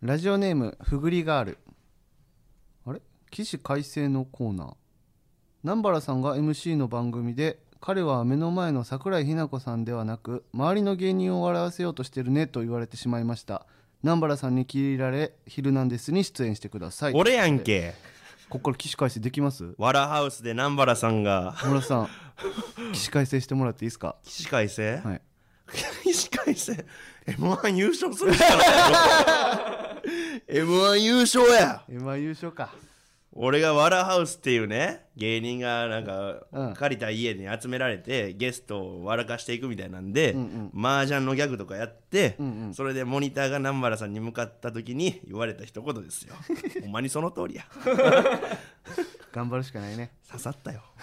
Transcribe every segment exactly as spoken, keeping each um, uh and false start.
ラジオネームふぐりガール。あれ起死回生のコーナー。南原さんが エムシー の番組で、彼は目の前の桜井日奈子さんではなく周りの芸人を笑わせようとしてるねと言われてしまいました。南原さんに気に入られヒルナンデスに出演してください。 俺やんけ。 ここから起死回生できます？ わらハウスで南原さんが村さん起死回生してもらっていいですか？ 起死回生、 はい、 起死回生 エムワン 優勝するしかないエムワン 優勝や。 エムワン 優勝か。 俺がわらハウスっていうね芸人がなんか、 うん、 借りた家に集められてゲストを笑かしていくみたいなんで、 うんうん、 麻雀のギャグとかやって、 うんうん、 それでモニターが南原さんに向かった時に言われた一言ですよほんまにその通りや頑張るしかないね。 刺さったよ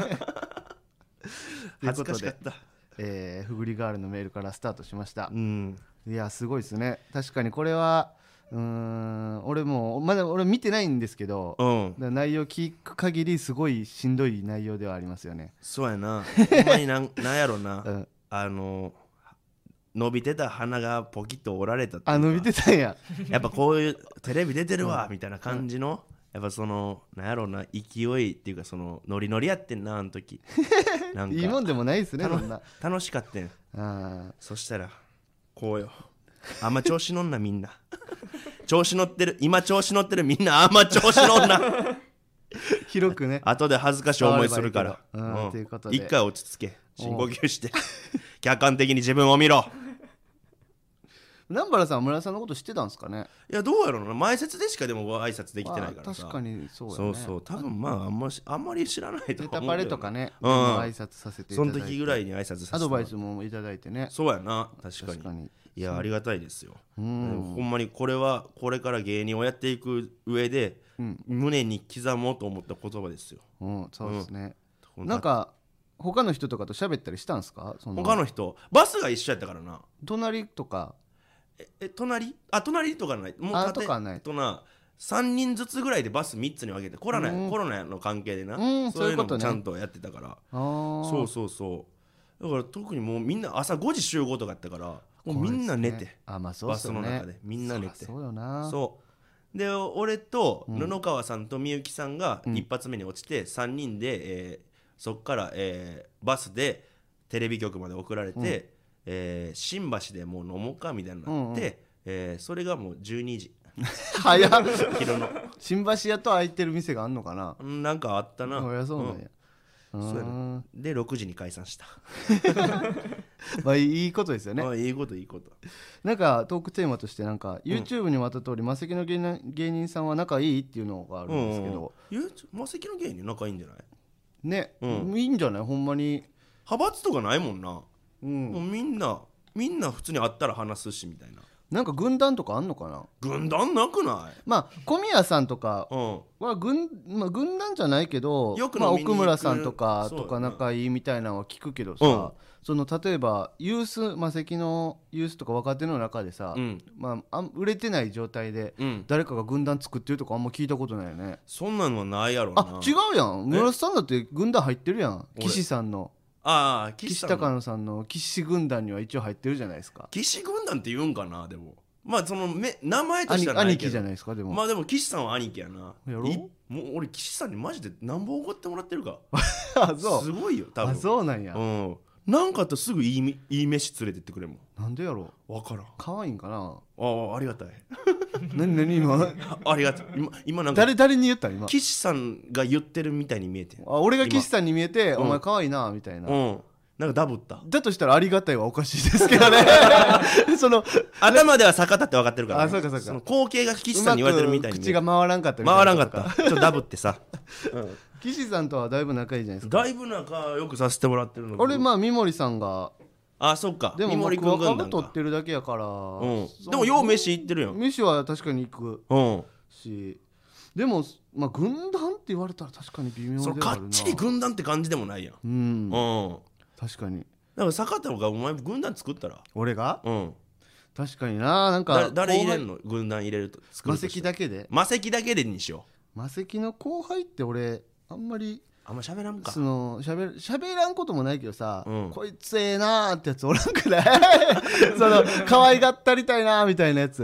恥ずかしかった。 えー、ふぐりガールのメールからスタートしました、 うん、 いやすごいですね。確かにこれはうーん俺もまだ俺見てないんですけど、うん、内容聞く限りすごいしんどい内容ではありますよね。 そうやなほんまになん、なんやろな、うん、あの伸びてた鼻がポキッと折られたっていうか、 あ伸びてたんややっぱこういうテレビ出てるわみたいな感じの、やっぱそのなんやろうな勢いっていうかそのノリノリやってんなあの時なんかいいもんでもないですねそんな。 楽しかったん。 あそしたらこうよ、あんま調子乗んなみんな調子乗ってる今調子乗ってるみんなあんま調子乗んな広くね後で恥ずかしい思いするから、 うんということで一回落ち着け深呼吸して客観的に自分を見ろ。 南原さんは村田さんのこと知ってたんですかね。 いやどうやろうな、前説でしかでも挨拶できてないからさ。 確かにそうやね。 そうそう多分まああんましあんまり知らないと思うけど、ね、 ネタパレとかね、 うん、 挨拶させていただいて、 その時ぐらいに挨拶させてアドバイスもいただいてね。 そうやな確かに、 確かにいやありがたいですよ。 うん、 ほんまにこれはこれから芸人をやっていく上で、うん、胸に刻もうと思った言葉ですよ。 うん、そうですね、うん、なんか他の人とかと喋ったりしたんですか？その他の人バスが一緒やったからな。 隣とかええ隣あ隣とかないもうあとかないとなさんにんずつぐらいでバスみっつに分けてコロナ、うん、コロナの関係でな、 うん、 そういうのもちゃんとやってたから、 あそうそうそうだから特にもうみんな朝ごじ集合とかやったからもうみんな寝て、 ね、あまあそうっすよね、 バスの中でみんな寝て、 そうよな。 そうで俺と布川さんとみゆきさんが一発目に落ちて、うん、さんにんで、えー、そっから、えー、バスでテレビ局まで送られて、うんえー、新橋でもう飲もうかみたいになって、うんうんえー、それがもうじゅうにじ早っ昼の新橋屋と空いてる店があんのかな。 なんかあったな。 いやそうなんや、 うん、そうやな。でろくじに解散したまあいいことですよね。 まあいいこといいこと。 なんかトークテーマとしてなんか、うん、YouTube にもあった通りマセキの芸人、芸人さんは仲いいっていうのがあるんですけど、 うんうん、マセキの芸人仲いいんじゃないね、うん、いいんじゃないほんまに。 派閥とかないもんな、うん、もうみんなみんな普通に会ったら話すしみたいな。 なんか軍団とかあんのかな。 軍団なくない？ まあ小宮さんとかは軍、まあ、軍団じゃないけどよくまあ、奥村さんとかとか仲いいみたいなのは聞くけどさ、うん、その例えばユースマセキのユースとか若手の中でさ、うんまあ、あ売れてない状態で誰かが軍団作ってるとかあんま聞いたことないよね。 そんなのはないやろな。 あ違うやん村瀬さんだって軍団入ってるやん。岸さんのああ岸高野さんの岸軍団には一応入ってるじゃないですか。 岸軍団って言うんかな。でもまあそのめ名前としてはないけど兄貴じゃないですか。でもまあでも岸さんは兄貴やな。 やろもう俺岸さんにマジで何本怒ってもらってるかあそうすごいよ多分。 あそうなんや、 うん、なんかあったらすぐいい、いい飯連れてってくれもん。 なんでやろ分からん。 可愛いんかな。 ああありがたい何何今ありがたい。今今なんか誰誰に言った今。 岸さんが言ってるみたいに見えてん。 あ俺が岸さんに見えてお前可愛いなみたいな、 うんなんかダブった。 だとしたらありがたいはおかしいですけどねその頭では坂田って分かってるから、ね、 あそうかそうか。 その光景が岸さんに言われてるみたいに口が回らんかったみたいな。回らんかったちょっとダブってさ、 うん、岸さんとはだいぶ仲いいじゃないですか。 だいぶ仲よくさせてもらってるの。 俺まあ三森さんがあそっかでも三森君軍団か取ってるだけやから、 うん、でもよう飯行ってるやん。 飯は確かに行く、うん、しでもまあ軍団って言われたら確かに微妙ではあるな。 そのかっちり軍団って感じでもないやん。 うん、 うん、 確かに。 だから坂田がお前軍団作ったら。 俺がうん確かにな。なんか誰入れるの軍団入れると作るとマセキだけでマセキだけでにしよう。マセキの後輩って俺あんまりあんま喋らんか。 その喋喋らんこともないけどさ、うん、こいつええなーってやつおらんくないその可愛がったりたいなーみたいなやつ。 あ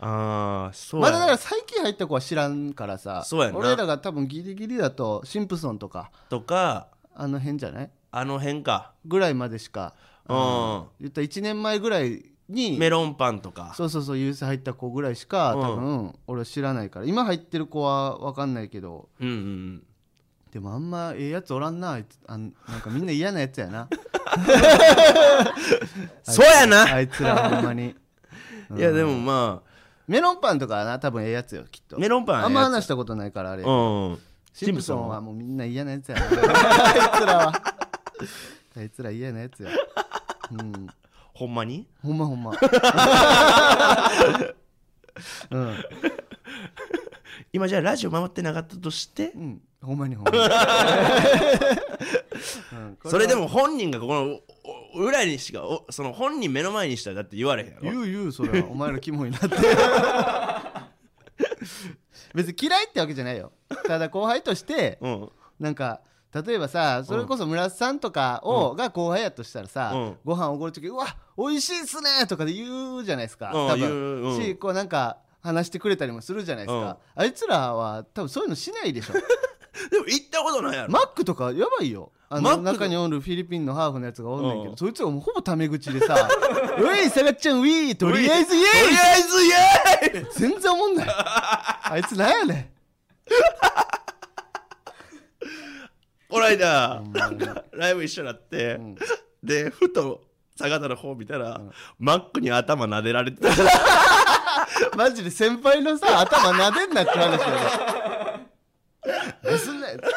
ああそうやまだだから最近入った子は知らんからさ、 そうやな俺らが多分ギリギリだとシンプソンとかとかあの辺じゃないあの辺かぐらいまでしか、 うん言ったらいちねんまえぐらいにメロンパンとかそうそうそうユース入った子ぐらいしか多分俺は知らないから、今入ってる子は分かんないけど、 うんうんうんでもあんまええやつおらんなあいつ、あんなんかみんな嫌なやつやなそうやなあいつらほんまに、うんいやでもまメロンパンとかはな多分ええやつよきっと。 あメロンパンあんま話したことないからあれ、 うんシンプソンはもうみんな嫌なやつやなあいつらはあいつら嫌なやつや、うん、 ほんまにほんまほんまうん今じゃあラジオ守ってなかったとしてうん、ほんまにほんまに、うんこれはそれでも本人がこのお裏にしかおその本人目の前にしたらだって言われへんやろ言う言うそれはお前らキモいなって別に嫌いってわけじゃないよ。ただ後輩としてうんなんか例えばさそれこそ村瀬さんとかを、うん、が後輩やとしたらさ、うん、ご飯おごるときうわ美味しいっすねとかで言うじゃないですか、 うん、 多分、うん、 しこうなんか話してくれたりもするじゃないですか、うん、あいつらは多分そういうのしないでしょでも行ったことないやろ。 マックとかやばいよ。あの中におるフィリピンのハーフのやつがおんねんけど、うん、そいつがもうほぼタメ口でさ「うい下がっちゃんウィーとりあえずイエーイ!」 とりあえずイエーイ全然おもんないあいつなんやねんこないだライブ一緒になって、うん、でふと坂田の方見たら、うん、マックに頭撫でられてたマジで先輩のさ頭撫でんなって話よね何すんねんって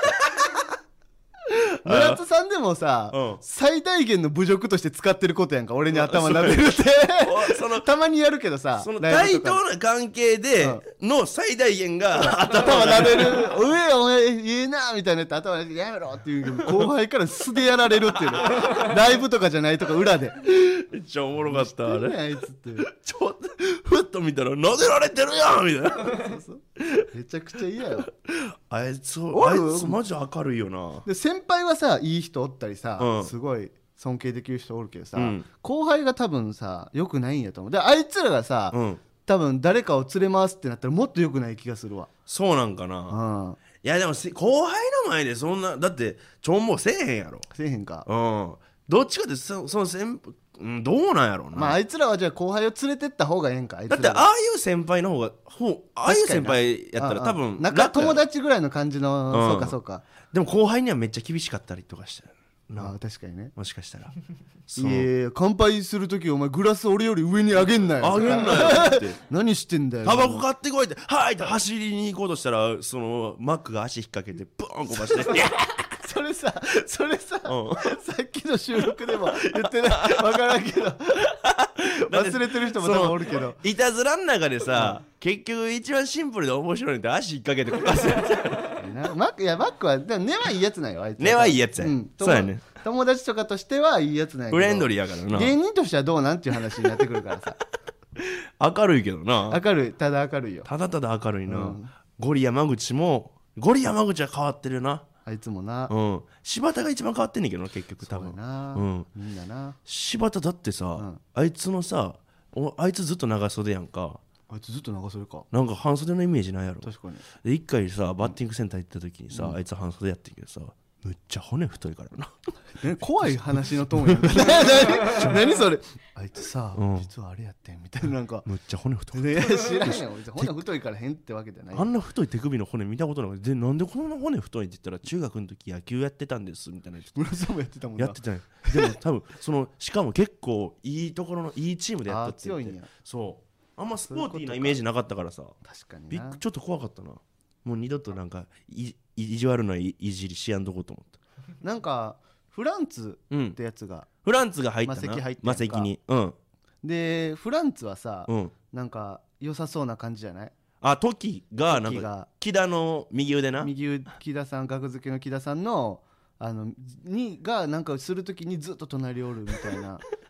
村田さんでもさ、うん、最大限の侮辱として使ってることやんか俺に頭撫でるってそのたまにやるけどさその対等な関係での最大限が頭撫でる「上お前言えな」みたいなやつ頭撫でやめろっていう後輩から素でやられるっていうのライブとかじゃないとか裏でめっちゃおもろかったあれあいつってちょっとふっと見たら撫でられてるやんみたいなそうそうめちゃくちゃ嫌よあいつあいつマジ明るいよな。 で先輩はさいい人おったりさ、うん、すごい尊敬できる人おるけどさ、うん、後輩が多分さ良くないんやと思う。であいつらがさ、うん、多分誰かを連れ回すってなったらもっと良くない気がするわ。 そうなんかな、うん、いやでも後輩の前でそんなだってちょんぼせえへんやろ。 せえへんか、 うん、どっちかってそその先輩うん、どうなんやろうな。 まああいつらはじゃあ後輩を連れてった方がええんか。あいつらだってああいう先輩の方がほうああいう先輩やったら多分仲友達ぐらいの感じの、うん、そうかそうか。 でも後輩にはめっちゃ厳しかったりとかしてなあ確かにねもしかしたらいやいや乾杯するときお前グラス俺より上に上げんなよ上げんなよって何してんだよタバコ買ってこいってはいって走りに行こうとしたらそのマックが足引っ掛けてブーンこばしてそれさそれさ、うん、さっきの収録でも言ってない分からんけど忘れてる人も多分おるけどいたずらん中でさ、うん、結局一番シンプルで面白いのって足引っ掛けてこばすマックいやマックはでも根はいいやつなんよあいつ根はいいやつや、うん、そうやね友達とかとしてはいいやつなんやけどフレンドリーやからな芸人としてはどうなんっていう話になってくるからさ明るいけどな明るいただ明るいよただただ明るいな、うん、ゴリ山口もゴリ山口は変わってるなあいつもな、 うん、柴田が一番変わってんねんけどな結局多分そうやな、うん、みんなな柴田だってさ、うん、あいつのさあいつずっと長袖やんかあいつずっと長袖かなんか半袖のイメージないやろ。 確かにで一回さバッティングセンター行った時にさ、うん、あいつ半袖やってんけどさむっちゃ骨太いからな怖い話のトーンやん何それあいつさ、うん、実はあれやってんみたいななんかむっちゃ骨太い知らんやん骨太いから変ってわけじゃないあんな太い手首の骨見たことないでなんでこんな骨太いって言ったら中学の時野球やってたんですみたいな村さんもやってたもんなやってたんでも多分そのしかも結構いいところのいいチームでやったって言って強いんやそうあんまスポーティーなイメージなかったからさ確かにビッグちょっと怖かったなもう二度となんかい意地悪ないいじりしやんとこうと思ったなんかフランツってやつが、うん、 フランツが入ったな魔石に、うん、 でフランツはさ、うん、なんか良さそうな感じじゃないあトキがなんか木田の右腕な右腕木田さん学付けの木田さんのあのにがなんかするときにずっと隣おるみたいな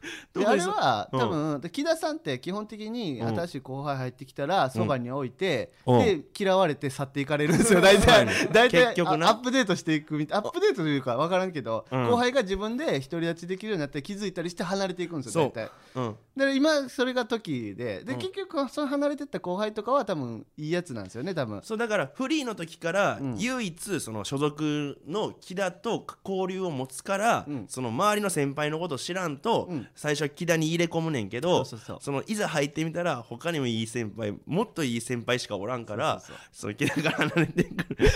であれはうん多分、で木田さんって基本的にうん新しい後輩入ってきたらそばに置いて、 うんで嫌われて去っていかれるんですよ大そうや体ね大体結局なあアップデートしていくみたいアップデートというか分からんけど、 うん後輩が自分で独り立ちできるようになって気づいたりして離れていくんですよ大体うんで今それが時でで、 うん結局その離れてった後輩とかは多分いいやつなんですよね多分。 そうだからフリーの時からうん唯一その所属の木田と交流を持つから、 うんその周りの先輩のこと知らんと、 うん最初は木田に入れ込むねんけど、 そうそうそうそのいざ入ってみたら他にもいい先輩もっといい先輩しかおらんから、 そうそうその木田から離れてくる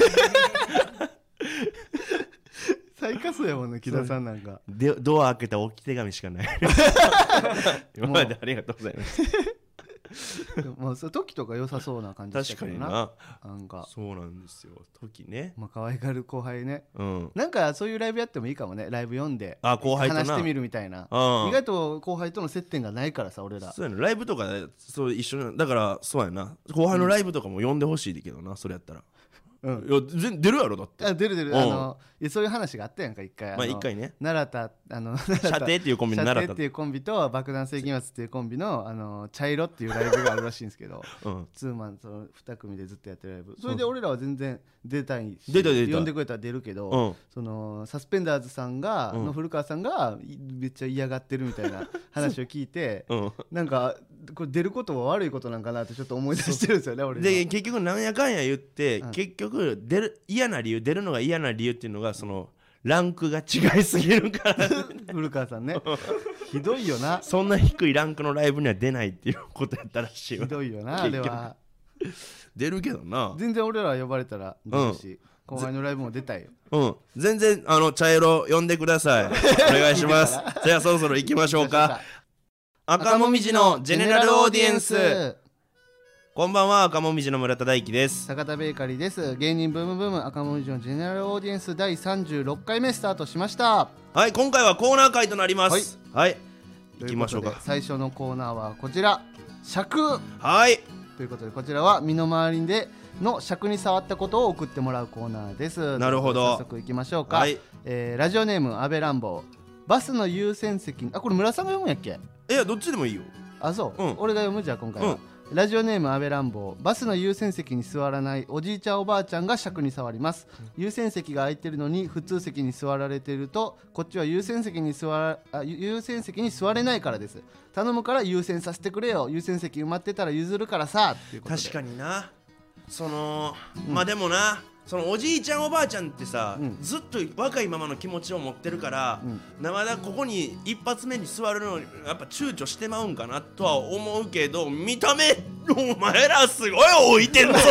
最下層やもんね木田さんなんか。 でドア開けた置き手紙しかない今までありがとうございますもうその時とか良さそうな感じでし確かにたけどなななんかそうなんですよ時ねまあ可愛がる後輩ねうんなんかそういうライブやってもいいかもねライブ読んであ後輩とな話してみるみたいなうん意外と後輩との接点がないからさ俺らそうやなライブとかでそう一緒にだからそうやな後輩のライブとかも呼んでほしいけどな、それやったらうんいや全出るやろだってあ出る出るうんあのいやそういう話があったやんか一回まあ一回ね奈良田あの射射程っていうコンビニ習ったっていうコンビと爆弾世紀末っていうコンビのあの茶色っていうライブがあるらしいんですけどうんツーマンそのに組でずっとやってるライブそれで俺らは全然出たいし出た出た呼んでくれたら出るけど、 うんそのサスペンダーズさんが、 うんの古川さんがいめっちゃ嫌がってるみたいな話を聞いてうんなんかこれ出ることは悪いことなんかなってちょっと思い出してるんですよね俺で今結局なんやかんや言って、 うん結局出る嫌な理由出るのが嫌な理由っていうのがそのランクが違いすぎるから古川さんねひどいよなそんな低いランクのライブには出ないっていうことやったらしいひわどいよなあれは出るけどな全然俺ら呼ばれたら出るし、後輩のライブも出たいようん全然あの茶色呼んでくださいお願いしますじゃあそろそろ行きましょうか赤もみじのジェネラルオーディエンスこんばんは赤もみじの村田大樹です坂田ベーカリーです芸人ブームブーム赤もみじのジェネラルオーディエンスだいさんじゅうろっかいめスタートしましたはい今回はコーナー会となりますはい、行きましょうかといことで最初のコーナーはこちら尺はいということでこちらは身の回りでの尺に触ったことを送ってもらうコーナーですなるほど早速いきましょうか、 はいえーラジオネーム安倍乱暴バスの優先席あこれ村さんが読むんやっけいやどっちでもいいよあそう、 うん俺が読むじゃあ今回は、ラジオネーム安倍乱暴バスの優先席に座らないおじいちゃんおばあちゃんが尺に触ります、優先席が空いてるのに普通席に座られてるとこっちは優先席に座らあ優先席に座れないからです頼むから優先させてくれよ優先席埋まってたら譲るからさっていうことで確かになその、うん、まあでもなそのおじいちゃんおばあちゃんってさ、うん、ずっと若いままの気持ちを持ってるから、うん、まだここに一発目に座るのやっぱ躊躇してまうんかなとは思うけど見た目お前らすごい置いてんぞ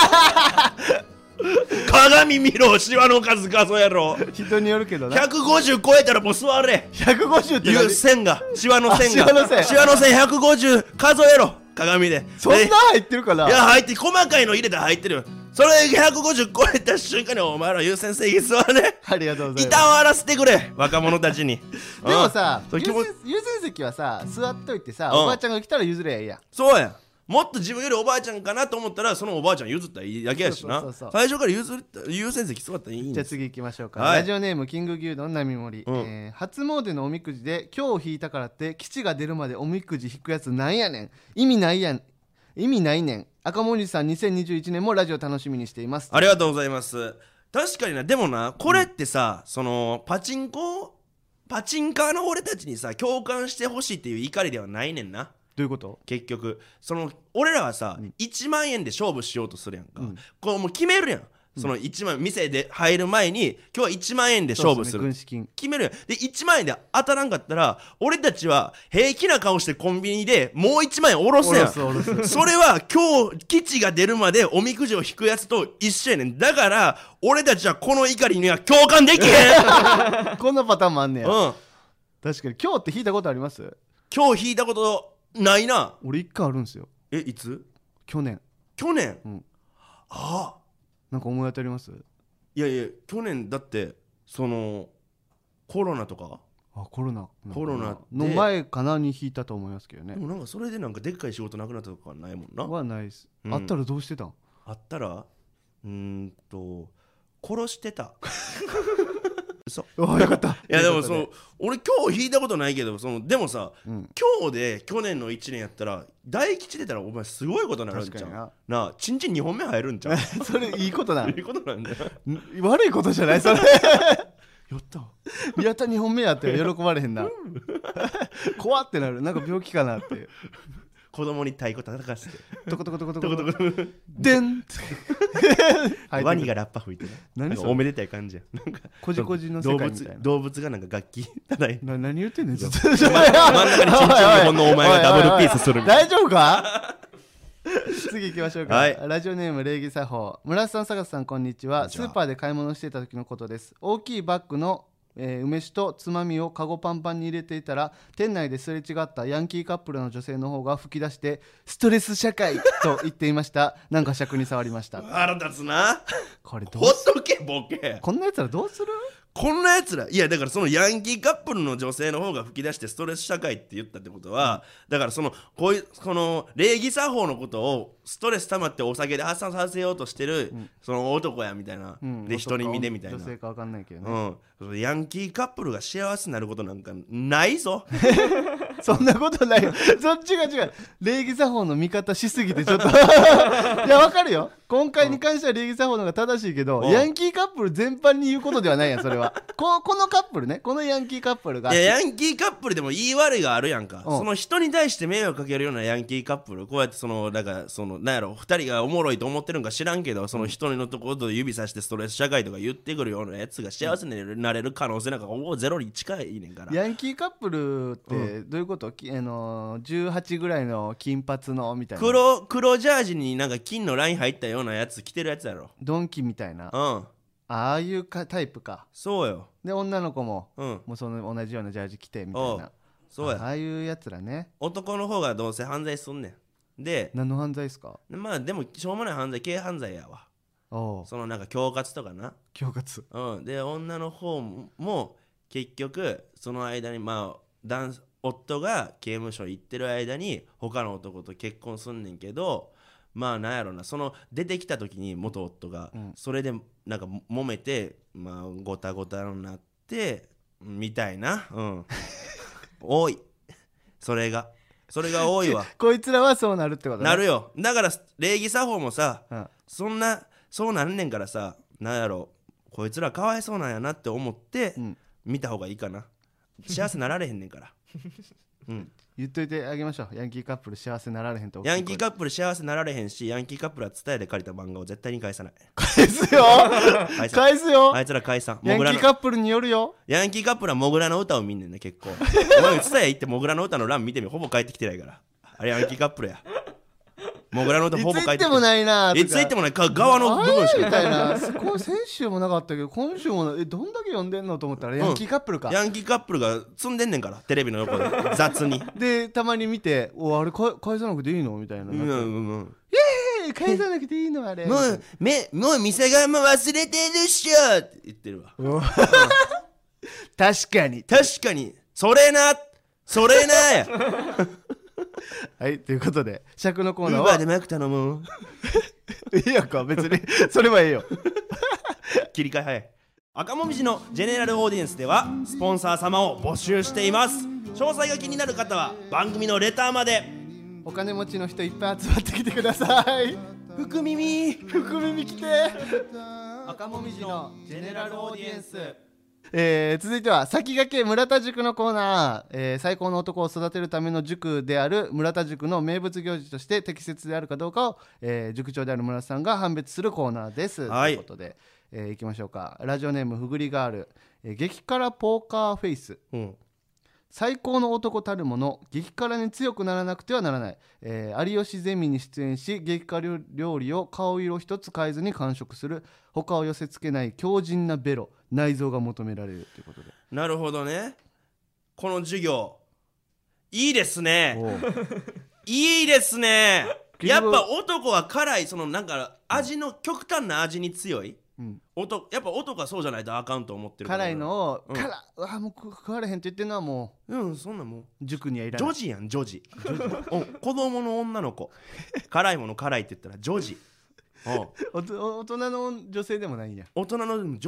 鏡見ろシワの数数えろ人によるけどなひゃくごじゅう超えたらもう座れひゃくごじゅうっていう線がシワの線がシワの線シワの線ひゃくごじゅう数えろ鏡でそんな入ってるかないや入って細かいの入れたら入ってるよそれひゃくごじゅう超えた瞬間にお前ら優先席座れありがとうございますいたわらせてくれ若者たちにでもさ優先優先優先席はさ座っといてさうんおばあちゃんが来たら譲ればいいやんそうやもっと自分よりおばあちゃんかなと思ったらそのおばあちゃん譲ったらいいだけやしなそうそうそうそう最初から譲った優先席座ったらいいんですじゃあ次行きましょうか、 はいラジオネームキング牛丼並盛、 うんえー初詣のおみくじで今日引いたからって吉が出るまでおみくじ引くやつなんやねん意味ないやん意味ないねん赤もみじさんにせんにじゅういちねんもラジオ楽しみにしていますありがとうございます確かになでもなこれってさ、うん、そのパチンコパチンカーの俺たちにさ共感してほしいっていう怒りではないねんなどういうこと結局その俺らはさ、うん、いちまんえんで勝負しようとするやんか、うん、こうもう決めるやんそのいちまん店で入る前に今日はいちまんえんで勝負する、 そうですね、軍資金決めるやんでいちまんえんで当たらんかったら俺たちは平気な顔してコンビニでもういちまんえん下ろすやん下ろす下ろすそれは今日基地が出るまでおみくじを引くやつと一緒やねんだから俺たちはこの怒りには共感できへんこんなパターンもあんねや、 うん、 確かに今日って引いたことあります今日引いたことないな俺一回あるんですよえいつ去年去年、 うん、 ああなんか思い当たりますいやいや去年だってそのコロナとかあコロナコロナの前かなに引いたと思いますけどねでもなんかそれでなんかでっかい仕事なくなったとかはないもんなはないです、 うん、 あったらどうしてたんあったらうーんと殺してた嘘。 およかったいやでもそというの俺今日引いたことないけどそのでもさ、 うん、 今日で去年のいちねんやったら大吉出たらお前すごいことになるんちゃう。 確かにななあチンチンにほんめ入るんちゃう。 それいいことないいことなんだよ。 ん悪いことじゃないそれやったやったにほんめやって喜ばれへんな怖ってなるなんか病気かなっていう子供に太鼓叩かせてトコトコトコトトココトコトコでんワニがラッパ吹いてね。 何それなんかおめでたい感じや。なんかこじこじの世動界みたいな物動物がなんか楽器叩いてな何言ってんねんずっと真ん中にチンチンにほんのお前がダブルピースするみたいな。 大丈夫か次行きましょうか、 はい、 ラジオネーム礼儀作法。村瀬さん、坂田さん、こんにちは。 こんにちは。 スーパーで買い物していた時のことです。大きいバッグの、えー梅酒とつまみをカゴパンパンに入れていたら、店内ですれ違ったヤンキーカップルの女性の方が吹き出してストレス社会と言っていました。なんか尺に触りました。 腹立つな。 これどうほっすとけボケ。 こんなやつらどうする。 こんなやつらいやだからそのヤンキーカップルの女性の方が吹き出してストレス社会って言ったってことは、うん、だからそのこういうこの礼儀作法のことをストレス溜まってお酒で発散させようとしてる、うん、その男やみたいな、うん、で一人身でみたいな女性か分かんないけどね、 うん、ヤンキーカップルが幸せになることなんかないぞそんなことないよ。そっちが違う。礼儀作法の見方しすぎてちょっといや分かるよ。今回に関しては礼儀作法の方が正しいけど、ヤンキーカップル全般に言うことではないやんそれは。こ, このカップルね、このヤンキーカップルがいやヤンキーカップルでも言い悪いがあるやんか。その人に対して迷惑かけるようなヤンキーカップルこうやってそのだからそのなんやろふたりがおもろいと思ってるんか知らんけどその一人のところと指さしてストレス社会とか言ってくるようなやつが幸せになれる可能性なんかほぼゼロに近いねんから。 ヤンキーカップルってどういうこと、うん、あのじゅうはちぐらいの金髪のみたいな黒, 黒ジャージになんか金のライン入ったようなやつ着てるやつやろ。 ドンキみたいな、 うん、 ああいうかタイプか。 そうよ。 で女の子も、 うん、 もうその同じようなジャージ着てみたいな。 そうや。 ああいうやつらね。 男の方がどうせ犯罪すんねん。で何の犯罪ですか。 まあでもしょうもない犯罪軽犯罪やわ。 おそのなんか恐喝とかな。 恐喝、 うん、で女の方も結局その間にまあ男夫が刑務所行ってる間に他の男と結婚すんねんけど、まあなんやろな、その出てきた時に元夫が、うん、それでなんか揉めてまあごたごたになってみたいな、うん多い。それがそれが多いわこいつらはそうなるってことね。 なるよ。だから礼儀作法もさ、 うん、そんなそうなんねんからさ、なんやろこいつらかわいそうなんやなって思って見た方がいいかな。幸せなられへんねんからうん、 言っといてあげましょう。ヤンキーカップル幸せなられへんと。 ヤンキーカップル幸せなられへんし、ヤンキーカップルは伝えで借りた漫画を絶対に返さない。 返すよ返すよ。 あいつら解散。 ヤンキーカップルによるよ。 ヤンキーカップルはモグラの歌を見んねんね結構お前伝え行ってモグラの歌の欄見てみ、ほぼ帰ってきてないから。あれヤンキーカップルや。モグラの歌ほぼ帰ってきてない。 いつ行ってもないな。 いつ行ってもないか側の部分しかみたいな。すごい先週もなかったけど今週もえどんだけ読んでんのと思ったらヤンキーカップルか、 うん、ヤンキーカップルが積んでんねんからテレビの横で雑にでたまに見ておあれか返さなくていいのみたいな、うんうんうん、 イエーイ返さなくていいのあれもうめもう店側も忘れてるっしょって言ってるわ、うん、 確かに確かにそれなそれなやはいということで尺のコーナーはウーバーでマク頼むいいやんか別にそれはええよ切り替え早い。赤もみじのジェネラルオーディエンスではスポンサー様を募集しています。詳細が気になる方は番組のレターまで。 お金持ちの人いっぱい集まってきてください。 福耳福耳来て赤もみじのジェネラルオーディエンス。えー、続いては先駆け村田塾のコーナー、えー、最高の男を育てるための塾である村田塾の名物行事として適切であるかどうかを、えー、塾長である村田さんが判別するコーナーです、はい、ということで、えー、いきましょうか。ラジオネームふぐりガール、えー、激辛ポーカーフェイス、うん、最高の男たるもの激辛に強くならなくてはならない、えー、有吉ゼミに出演し激辛料理を顔色一つ変えずに完食する他を寄せ付けない強靭なベロ内臓が求められるということで。 なるほどね。この授業いいですねいいですね。やっぱ男は辛いそのなんか味の極端な味に強い、うん、やっぱ男はそうじゃないとあかんと思ってるから。 辛いのを、うん、辛あもう食われへんって言ってるのはもううんそんなもう塾にはいらない。 女児やん女児子供の女の子辛いもの辛いって言ったら女児お大人の女性でもないんや。 大人の女児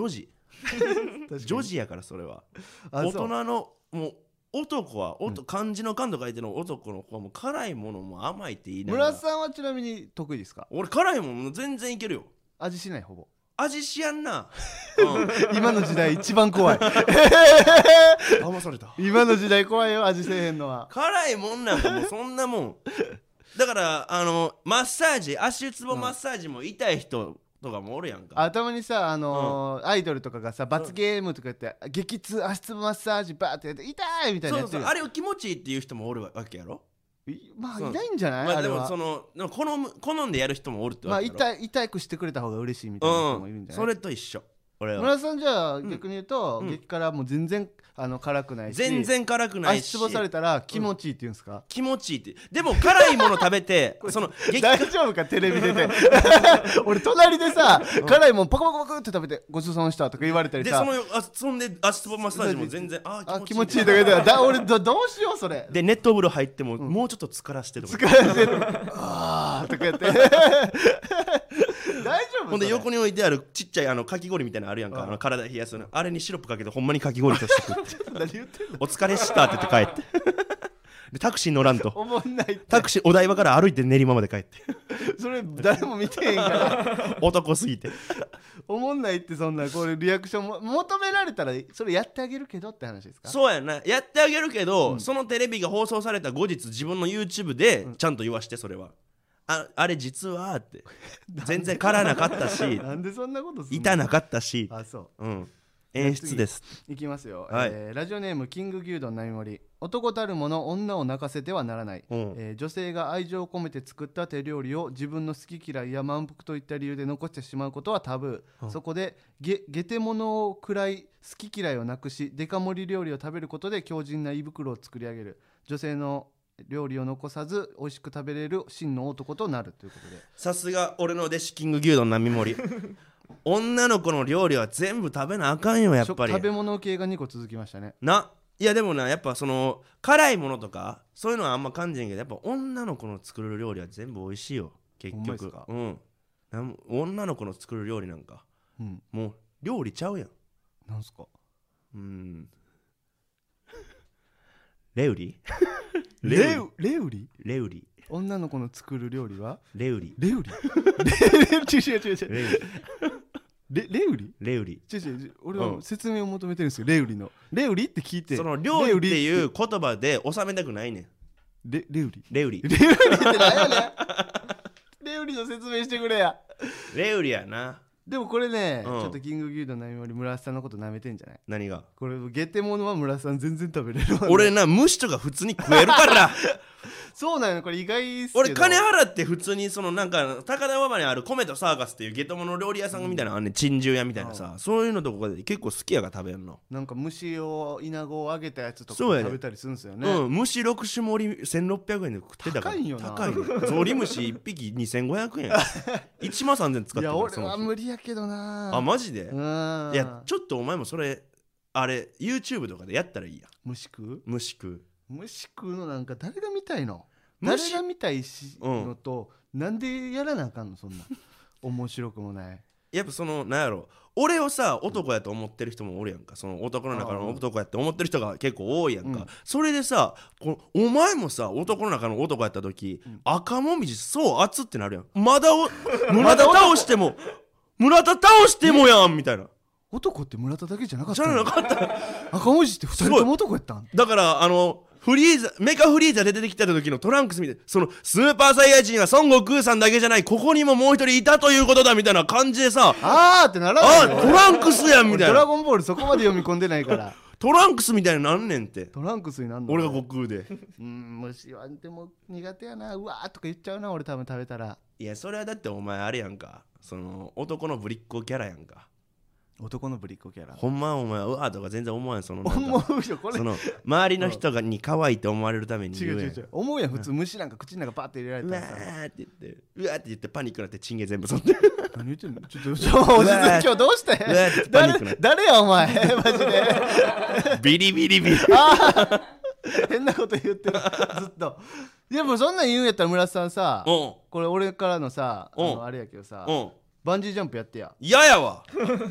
女児やからそれは。 あ大人のもう男は、うん、漢字の漢と書いての男の子はもう辛いものも甘いって言いながら。 村瀬さんはちなみに得意ですか？ 俺辛いもの全然いけるよ。 味しないほぼ。 味しやんな、 うん、今の時代一番怖い騙された。 今の時代怖いよ、味せえへんのは。 辛いもんなんかもうそんなもんだからあのマッサージ、足つぼマッサージも痛い人とかもおるやんか。 あ、たまにさ、あのーうん、アイドルとかがさ罰ゲームとか言って、うん、激痛足つぼマッサージバーってやって痛いみたいなやつ。 そうそう、あれを気持ちいいっていう人もおるわけやろ。 まあいないんじゃない、 まあ、 あれは。 でもそのでも好む好んでやる人もおるってわけやろ。 まあ痛い痛くしてくれた方が嬉しいみたいな人もいるんじゃない、 うん、それと一緒。俺は村田さんじゃあ、うん、逆に言うと、 うん、 激辛もう全然あの辛くないし、 全然辛くないし、 足つぼされたら気持ちいいって言うんですか、うん、 気持ちいいって。でも辛いもの食べてその激大丈夫かテレビ出て俺隣でさ、うん、辛いもんパクパクパクって食べてごちそうさまでしたとか言われたりさ、 でそのあそんで足つぼマッサージも全然ああ気持ちいいとか言ってだ俺 ど, どうしようそれでネット風呂入っても、うん、もうちょっと疲らしてとか疲らしてるあーとか言って大丈夫？ ほんで横に置いてあるちっちゃいあのかき氷みたいなのあるやんか、あの体冷やすの、あれにシロップかけてほんまにかき氷として食って何言ってんの？ お疲れしたって言って帰ってでタクシー乗らんと、 おもんないって。 タクシーお台場から歩いて練馬まで帰ってそれ誰も見てへんから男すぎておもんないって。そんなこれリアクションも求められたらそれやってあげるけどって話ですか？ そうやな、やってあげるけど、 うん、 そのテレビが放送された後日自分の YouTube でちゃんと言わして。それはあ, あれ実はって全然辛なかったしなんでそんなことすんの？ 痛なかったし。 あそう、 うん、演出です。 いきますよ、 はい、 えー、ラジオネームキング牛丼並盛り。男たるもの女を泣かせてはならない、うん、えー、女性が愛情を込めて作った手料理を自分の好き嫌いや満腹といった理由で残してしまうことはタブー、うん、そこでゲゲテモノを食らい好き嫌いをなくしデカ盛り料理を食べることで強靭な胃袋を作り上げる。女性の料理を残さず美味しく食べれる真の男となるということで。 さすが俺の弟子キング牛丼並盛女の子の料理は全部食べなあかんよやっぱり。 食べ物系がにこ続きましたね。 な、いやでもな、やっぱその辛いものとかそういうのはあんま感じんけど、やっぱ女の子の作る料理は全部美味しいよ結局。うん、女の子の作る料理なんか、うん、もう料理ちゃうやん。 なんすか？ うん、レウリレウレウリレウリ女の子の作る料理はレウリレウリ違う違う違うレウリレ, レウリレウリ違う違う、俺は説明を求めてるんですよ、うん、レウリのレウリって聞いて、 その料理っていう言葉で収めたくないねん。 レ, レウリレウリレウリって何やねんレウリの説明してくれや。 レウリやな。 でもこれね、 うん、 ちょっとキング牛丼並盛り村瀬さんのこと舐めてんじゃない？ 何が？ これゲテモノは村瀬さん全然食べれるわ、ね、 俺な虫とか普通に食えるからそうなんや、これ意外っすけど。 俺金払って普通にそのなんか高田馬場にある米とサーカスっていうゲトモの料理屋さんみたいなのあんねん、珍獣屋みたいなさ、そういうのとかで結構好きやが食べるの。 なんか虫をイナゴを揚げたやつとか食べたりするんですよね。 うん、虫ろく種盛りせんろっぴゃくえんで食ってたから。 高いよな。 高いよ。ゾウリムシいっぴきにせんごひゃくえんいちまんさんぜん使ってる。 いや俺は無理やけどな。 あマジで？ うん。 いやちょっとお前もそれあれ YouTube とかでやったらいいや。 虫食う？ 虫食う。 虫食うのなんか誰が見たいの？誰が見たいしのと、うん、なんでやらなあかんのそんな面白くもない。 やっぱそのなんやろ、俺をさ男やと思ってる人もおるやんか。その男の中の男やって思ってる人が結構多いやんか、うん、それでさこのお前もさ男の中の男やった時、うん、赤もみじそう熱ってなるやん。まだお村田倒しても村田倒してもやんみたいな。 男って村田だけじゃなかったじゃなかった赤文字ってふたりとも男やったんだから。あのフリーザメカフリーザで出てきた時のトランクスみたいな、そのスーパーサイヤ人は孫悟空さんだけじゃない、ここにももう一人いたということだみたいな感じでさ、 あーってならないよ。 あトランクスやんみたいな。 ドラゴンボールそこまで読み込んでないからトランクスみたいになんねんって。 トランクスになんの俺が悟空でうん虫はでも苦手やな、うわーとか言っちゃうな俺多分食べたら。 いやそれはだってお前あれやんか、その男のぶりっ子キャラやんか。 男のぶりっ子キャラほんまお前うわーとか全然思わん。その思うよこれ。 その周りの人がに可愛いと思われるために言うやん。 違う違う違う思うやん普通、虫なんか口の中パッて入れられたらさ、 うわーって言ってうわーって言ってパニックになってチンゲ全部そって何言ってんのちょっとちょっと今日どうして誰誰やお前マジでビリビリビリ変なこと言ってるずっと。でもそんなん言うんやったら村瀬さんさ、これ俺からのさあのあれやけどさ、バンジージャンプやってや。 嫌やわ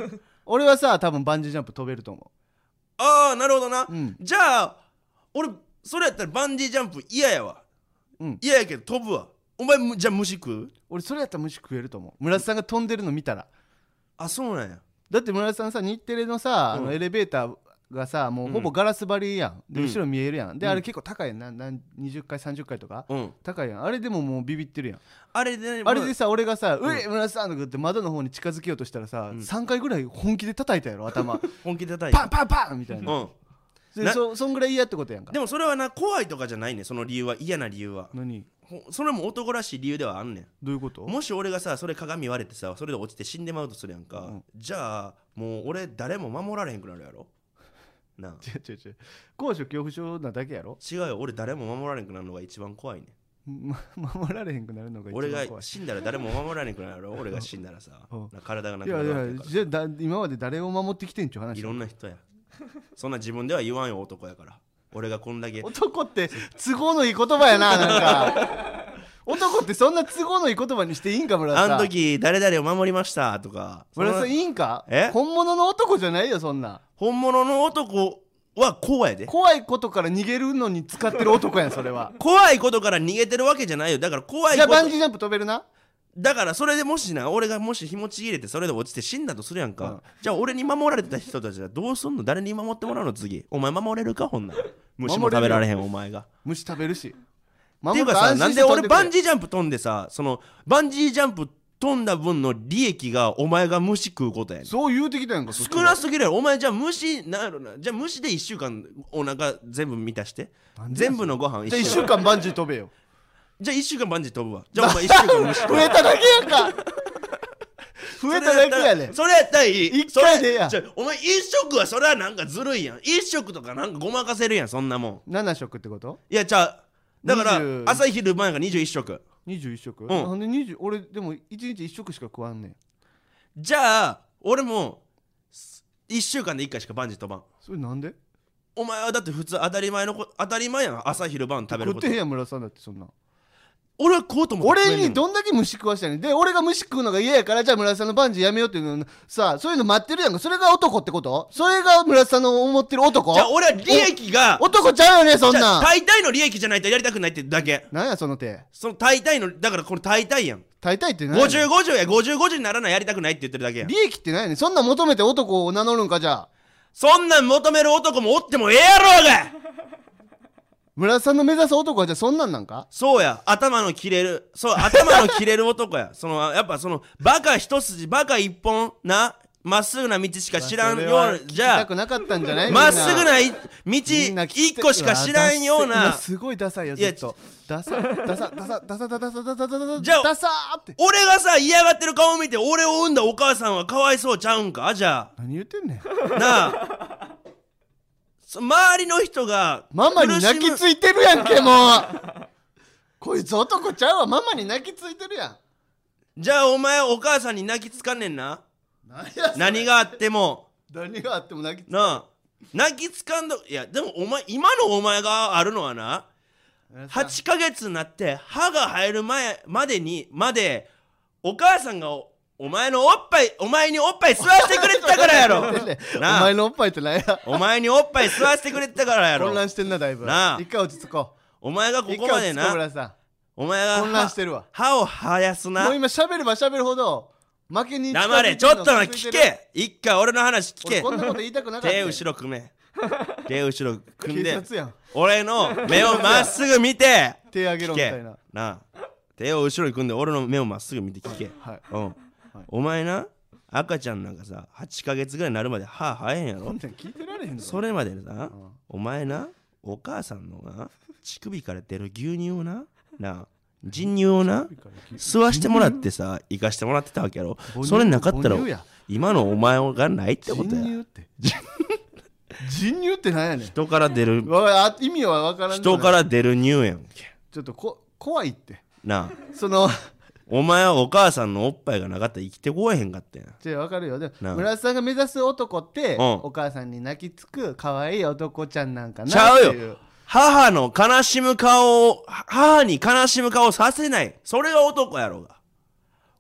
俺はさ多分バンジージャンプ飛べると思ああなるほどな、 う。うんじゃあ俺それやったらバンジージャンプ嫌やわ。 うん嫌やけど飛ぶわ。お前むじゃあ虫食う？ 俺それやったら虫食えると思う。村瀬さんが飛んでるの見たら。 あそうなんや。 だって村瀬さんさ日テレのさ、 うんあのエレベーターがさもうほぼガラス張りやん、でうん後ろ見えるやんで、 うんあれ結構高いやんななんにじゅっかいさんじゅっかいとかうん高いやん。あれでももうビビってるやん。 あれで、ね、 あれでさ俺がさ「 んうえ村瀬さん」とか言って窓の方に近づけようとしたらさ、 うんさんかいぐらい本気で叩いたやろ頭本気で叩いてパンパンパンみたいな、 うんでなそそんぐらい嫌ってことやんか。 でもそれはな怖いとかじゃないねん。その理由は嫌な理由は何ほそれも男らしい理由ではあんねん。 どういうこともし俺がさそれ鏡割れてさそれで落ちて死んでまうとするやんか、 うんじゃあもう俺誰も守られへんくなるやろなあ違う違う違う高所恐怖症なだけやろ。 違うよ。俺誰も守られへんくなるのが一番怖いねん。 ま守られへんくなるのが一番俺怖い。 が死んだら誰も守られへんくなるやろ俺が死んだらさうんな体がなくいやいやなるわけやからじゃあだ今まで誰を守ってきてんちゅう話。 いろんな人やそんな自分では言わんよ男やから俺がこんだけ男って都合のいい言葉やななんか男ってそんな都合のいい言葉にしていいんか村田さん。 あの時誰々を守りましたとか村田さんそのいいんか。 え本物の男じゃないよそんな。 本物の男はこうやで。 怖いことから逃げるのに使ってる男やんそれは。 怖いことから逃げてるわけじゃないよ。だから怖いじゃあことバンジージャンプ飛べるな。 だからそれでもしな俺がもし紐ちぎれてそれで落ちて死んだとするやんか、 うんじゃあ俺に守られてた人たちはどうすんの。誰に守ってもらうの次。お前守れるかほんなら虫も食べられへんお前が。 虫食べるし。 っていうかさなんで俺バンジジージャンプ飛んでさそのバンジージャンプ飛んだ分の利益がお前が虫食うことやねん。 そう言うてきたやんか。そっち少なすぎるやろお前。じゃあ虫なんやろな。じゃあ虫でいっしゅうかんお腹全部満たしてなんでや全部のご飯じゃあ1 一週間週間バンジー飛べよ。 じゃあいっしゅうかんバンジー飛ぶわ。じゃあお前いっしゅうかん虫食う増えただけやんか増えただけやねん。 それやったらいい。 一回でええやんそれじゃあお前一食はそれはなんかずるいやん。一食とかなんかごまかせるやんそんなもん。 なな食ってこと？ いやじゃあだからにじゅう朝昼晩がにじゅういっ食。 にじゅういっ食、 んなんでにじゅう俺でもいちにちいっ食しか食わんねん。 じゃあ俺もいっしゅうかんでいっかいしかバンジー飛ばん。 それなんで？ お前はだって普通当たり前のこ当たり前やん朝昼晩食べること食ってへん。やん村田さんだってそんな。 俺は食おうと思って食えんねん俺にどんだけ虫食わしたんやねん。で俺が虫食うのが嫌やからじゃあ村田さんのバンジーやめようっていうのさそういうの待ってるやんか。それが男ってこと？それが村田さんの思ってる男？ じゃあ俺は利益がお男ちゃうよねそんじゃあなん。 大体の利益じゃないとやりたくないってだけ。 なんやその手。 その大体のだからこれ大体やん。 大体って何やねん。 ごじゅうごじゅうやごじゅうごじゅうにならないやりたくないって言ってるだけやん。 利益って何やねん。そんなん求めて男を名乗るんか。じゃあそんなん求める男もおってもええやろうが。 村田さんの目指す男はじゃあそんなんなんか？ そうや頭の切れるそう頭の切れる男やそのやっぱそのバカ一筋バカ一本なまっすぐな道しか知らんようなじゃあ聞きたくなかったんじゃない？ まっすぐない道みんな聞き一個しか知らんよううわダッセ今なすごいダサいよいやずっとダサダサダサダサダサダサダサダサじゃあダサーって俺がさ嫌がってる顔見て俺を産んだお母さんはかわいそうちゃうんか。じゃ何言ってんねん。 あなあそ周りの人がママに泣き苦しついてるやんけもうこいつ男ちゃうわ。ママに泣きついてるやん。 むじゃあお前お母さんに泣きつかんねんな。 何やそれ何があっても何があっても泣きつなあ泣きつかんどいやでもお前今のお前があるのはなはちかげつになって歯が生える前までにまでお母さんが お, お前のおっぱいお前におっぱい吸わせてくれてたからやろおなあ前のおっぱいって何や。 お前におっぱい吸わせてくれてたからやろ混乱してんなだいぶ。 なあ一回落ち着こお前がう。 ここまで一回落ち着こう村な田さん。 お前が混乱してるわ。 歯を生やすなもう今喋れば喋るほど負けに近づいてるの黙れちょっとな聞続いてる。 け一回俺の話聞け俺こんなこと言いたくなかった手よ。 後ろ組め手後ろ組ん警で察やん。 俺の目をまっすぐ見て手上げろ聞けみたいな。 なあ手を後ろに組んで俺の目をまっすぐ見て聞け、 はい。 うんお前な赤ちゃんなんかさはちかげつぐらいになるまで歯生えへんやろこんなん聞いてられへんぞ。 それまでさうんお前なお母さんのな乳首から出る牛乳をななあ人乳をな吸わしてもらってさ生かしてもらってたわけやろ。 母乳それなかったら母乳や今のお前がないってことや。 人乳って人乳ってなんやねん。 人から出るわあ意味は分からん。 人から出る乳やんけちょっとこ怖いって。 なあそのお前はお母さんのおっぱいがなかったら生きてこえへんかったやん。 じゃあ分かるよ。でなあ村田さんが目指す男って、 うんお母さんに泣きつく可愛い男ちゃんなんかなちゃうよっていう母の悲しむ顔を母に悲しむ顔をさせないそれが男やろうが。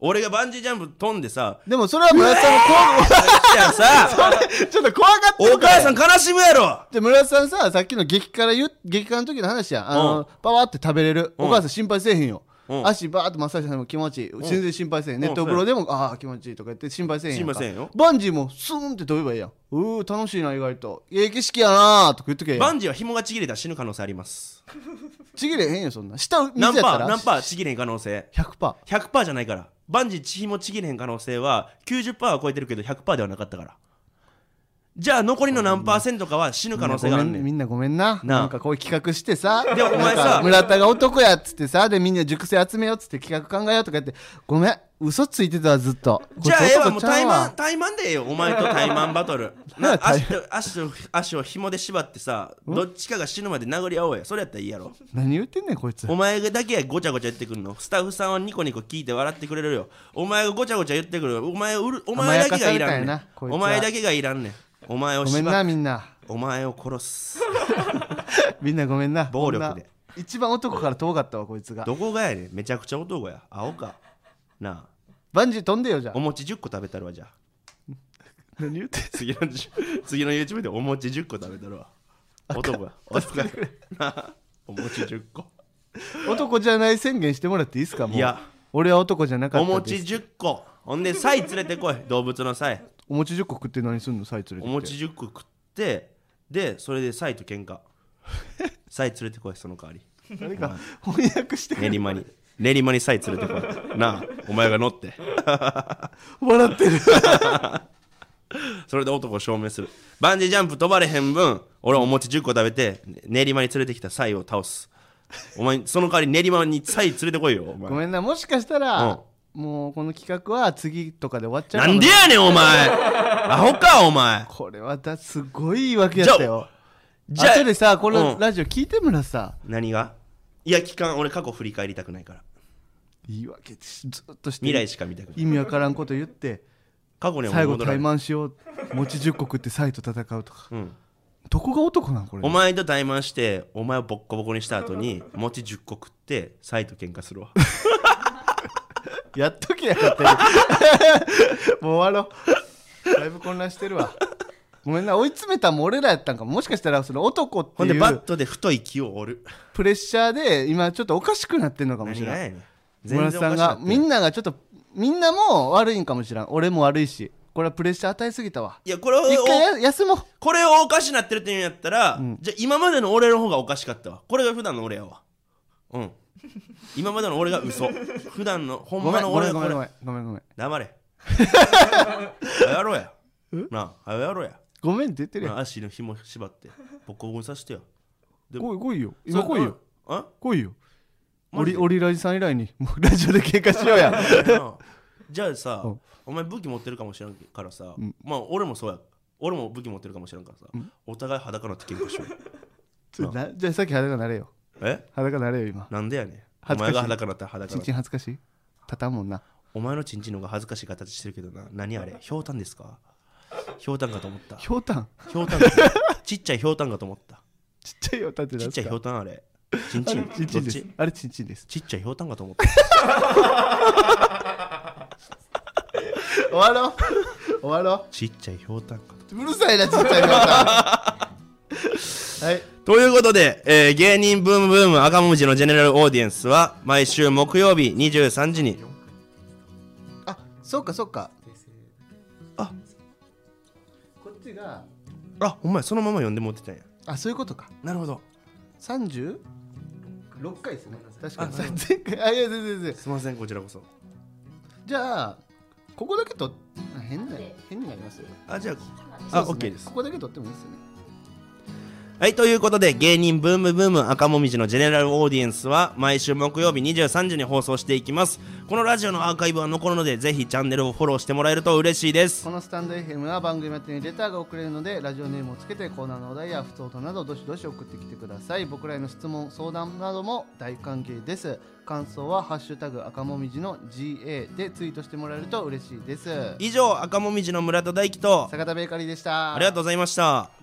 俺がバンジージャンプ飛んでさでもそれは村田さんの怖じゃあさちょっと怖がってるお母さん悲しむやろ。 で村田さんささっきの激辛言う激辛の時の話やんあの、 うんパワーって食べれる、 うんお母さん心配せえへんよ、 うん、 足バーッとマッサージしても気持ちいい、全然心配せえへん、ネット風呂でもああ気持ちいいとか言って心配せえへんやんか。 心配せえへんよ。 バンジーもスーンって飛べばいいやん。うー楽しいな意外とええ景色やなーとか言っとけやん。 バンジーは紐がちぎれたら死ぬ可能性あります。 ちぎれへんよそんな下水や何パーったら何パーちぎれへん可能性ひゃくパーセントひゃくパーセント じゃないから。バンジー紐ちぎれへん可能性は きゅうじゅっパーセント は超えてるけど ひゃくパーセント ではなかったから。じゃあ残りの何パーセントかは死ぬ可能性があるねん。 みんなごめんな。 なあなんかこういう企画してさでもお前さなんか村田が男やっつってさでみんな熟成集めようっつって企画考えようとか言ってごめん嘘ついてたわずっと。 じゃあええわもうタイマンンタイマンでええよお前とタイマンバトルな足と足と足を紐で縛ってさどっちかが死ぬまで殴り合おうや。それやったらいいやろ。 何言ってんねんこいつ。 お前だけごちゃごちゃ言ってくるの。スタッフさんはニコニコ聞いて笑ってくれるよ。お前がごちゃごちゃ言ってくる。お前うるお前だけがいらんねん。 甘やかされたんやなこいつはお前だけがいらんねん。お前をごめん縛っなみんなお前を殺すみんなごめんな。 暴力でこんな一番男から遠かったわこいつが。 どこがやねん。めちゃくちゃ男や。青かなあ。 バンジー飛んでよじゃあ。 お餅じゅっこ食べたるわ。じゃあ何言ってん次の次の YouTube でお餅じゅっこ食べたるわ。男や男やなあお餅じゅっこ男じゃない宣言してもらっていいですかもう。 いや俺は男じゃなかったです。 お餅じゅっこほんでサイ連れてこい。動物のサイお餅じゅっこ食って何すんのサイ連れてきて。 お餅じゅっこ食ってでそれでサイと喧嘩サイ連れてこい。その代わり誰か翻訳してくれ。 練馬に練馬にサイ連れてこいなあお前が乗って笑ってるそれで男を証明する。バンジージャンプ飛ばれへん分俺はお餅じゅっこ食べて練馬に連れてきたサイを倒す。お前その代わり練馬にサイ連れてこいよお前。 ごめんなもしかしたらもうこの企画は次とかで終わっちゃうかもなんでやねんお前アホかお前。 これはだすごい言い訳やったよ。 じゃあ後でさこのうんラジオ聞いてもらさ、 何がいや期間俺過去振り返りたくないから。 言い訳ずっとして未来しか見たくない。 意味わからんこと言って過去にはも最後怠う戻らない。 慢しよう餅じゅっこ食ってサイと戦うとかうんどこが男なんこれ。 お前と怠慢してお前をボッコボコにした後に餅じゅっこ食ってサイと喧嘩するわやっときやがってもう終わろうだいぶ混乱してるわごめんな追い詰めたんも俺らやったんかも。もしかしたらその男ってほんでバッいうトで太い木を折る。 プレッシャーで今ちょっとおかしくなってんのかもしれない。 何がやねん。 村田さんがみんながちょっとみんなも悪いんかもしれん。俺も悪いしこれはプレッシャー与えすぎたわ。 いやこれを一回や休もう。 これをおかしなってるって言うんやったら、 んじゃあ今までの俺の方がおかしかったわ。これが普段の俺やわ。うん今までの俺が嘘。普段のほんごめんごめまの俺がこれんごめんごめんごめんごめん黙れはよやろうやなあはよやろうやごめんって言ってるやん。 なあ足の紐縛ってボコボコにさせてよ。で来い来いよ今来いよあ来いよ。オマジでリオリラジさん以来にもうラジオで喧嘩しようやなあじゃあさ、 うんお前武器持ってるかもしれんからさ、 んまあ俺もそうや。俺も武器持ってるかもしれんからさ、お互い裸になって喧嘩しようよ。 ちょなじゃあさっき裸なれよ。 え裸なれよ今。 なんでやねん。お恥ずかしい前が裸になったら裸ちんになったちん恥ずかしいたたんもんな。 お前のチンチンの方が恥ずかしい形してるけどな。何あれひょうたんですか。ひょうたんかと思った。 ひょうたんひょうたんかと思ったちっちゃいひょうたんかと思った。 ちっちゃいよたってなんすか。 ちっちゃいひょうたんあれ。チンチンあれちんちんですどっちあれちんちんです。 ちっちゃいひょうたんかと思った終わろう終わろちっちゃいひょうたんかと。 ううるさいなちっちゃいひょうたんはいということで、えー芸人ブームブーム赤もみじのジェネラルオーディエンスは毎週木曜日にじゅうさんじにあそうかそうかあこっちがあほんまやそのまま読んでもってたんや。 あそういうことかなるほど。 さんじゅうろっかいですね確かにあなるほ前回あいや全然全然すいませんこちらこそ。 じゃあここだけとあ変な変になりますよあじゃああそう OK ですここだけ取ってもいいですよね。 はいということで芸人ブームブーム赤もみじのジェネラルオーディエンスは毎週木曜日にじゅうさんじに放送していきます。このラジオのアーカイブは残るのでぜひチャンネルをフォローしてもらえると嬉しいです。 このスタンド エフエム は番組宛てにレターが送れるのでラジオネームをつけてコーナーのお題や不相談などどしどし送ってきてください。僕らへの質問相談なども大歓迎です。感想はハッシュタグ赤もみじの ジーエー でツイートしてもらえると嬉しいです。 以上赤もみじの村田大樹と坂田ベーカリーでした。 ありがとうございました。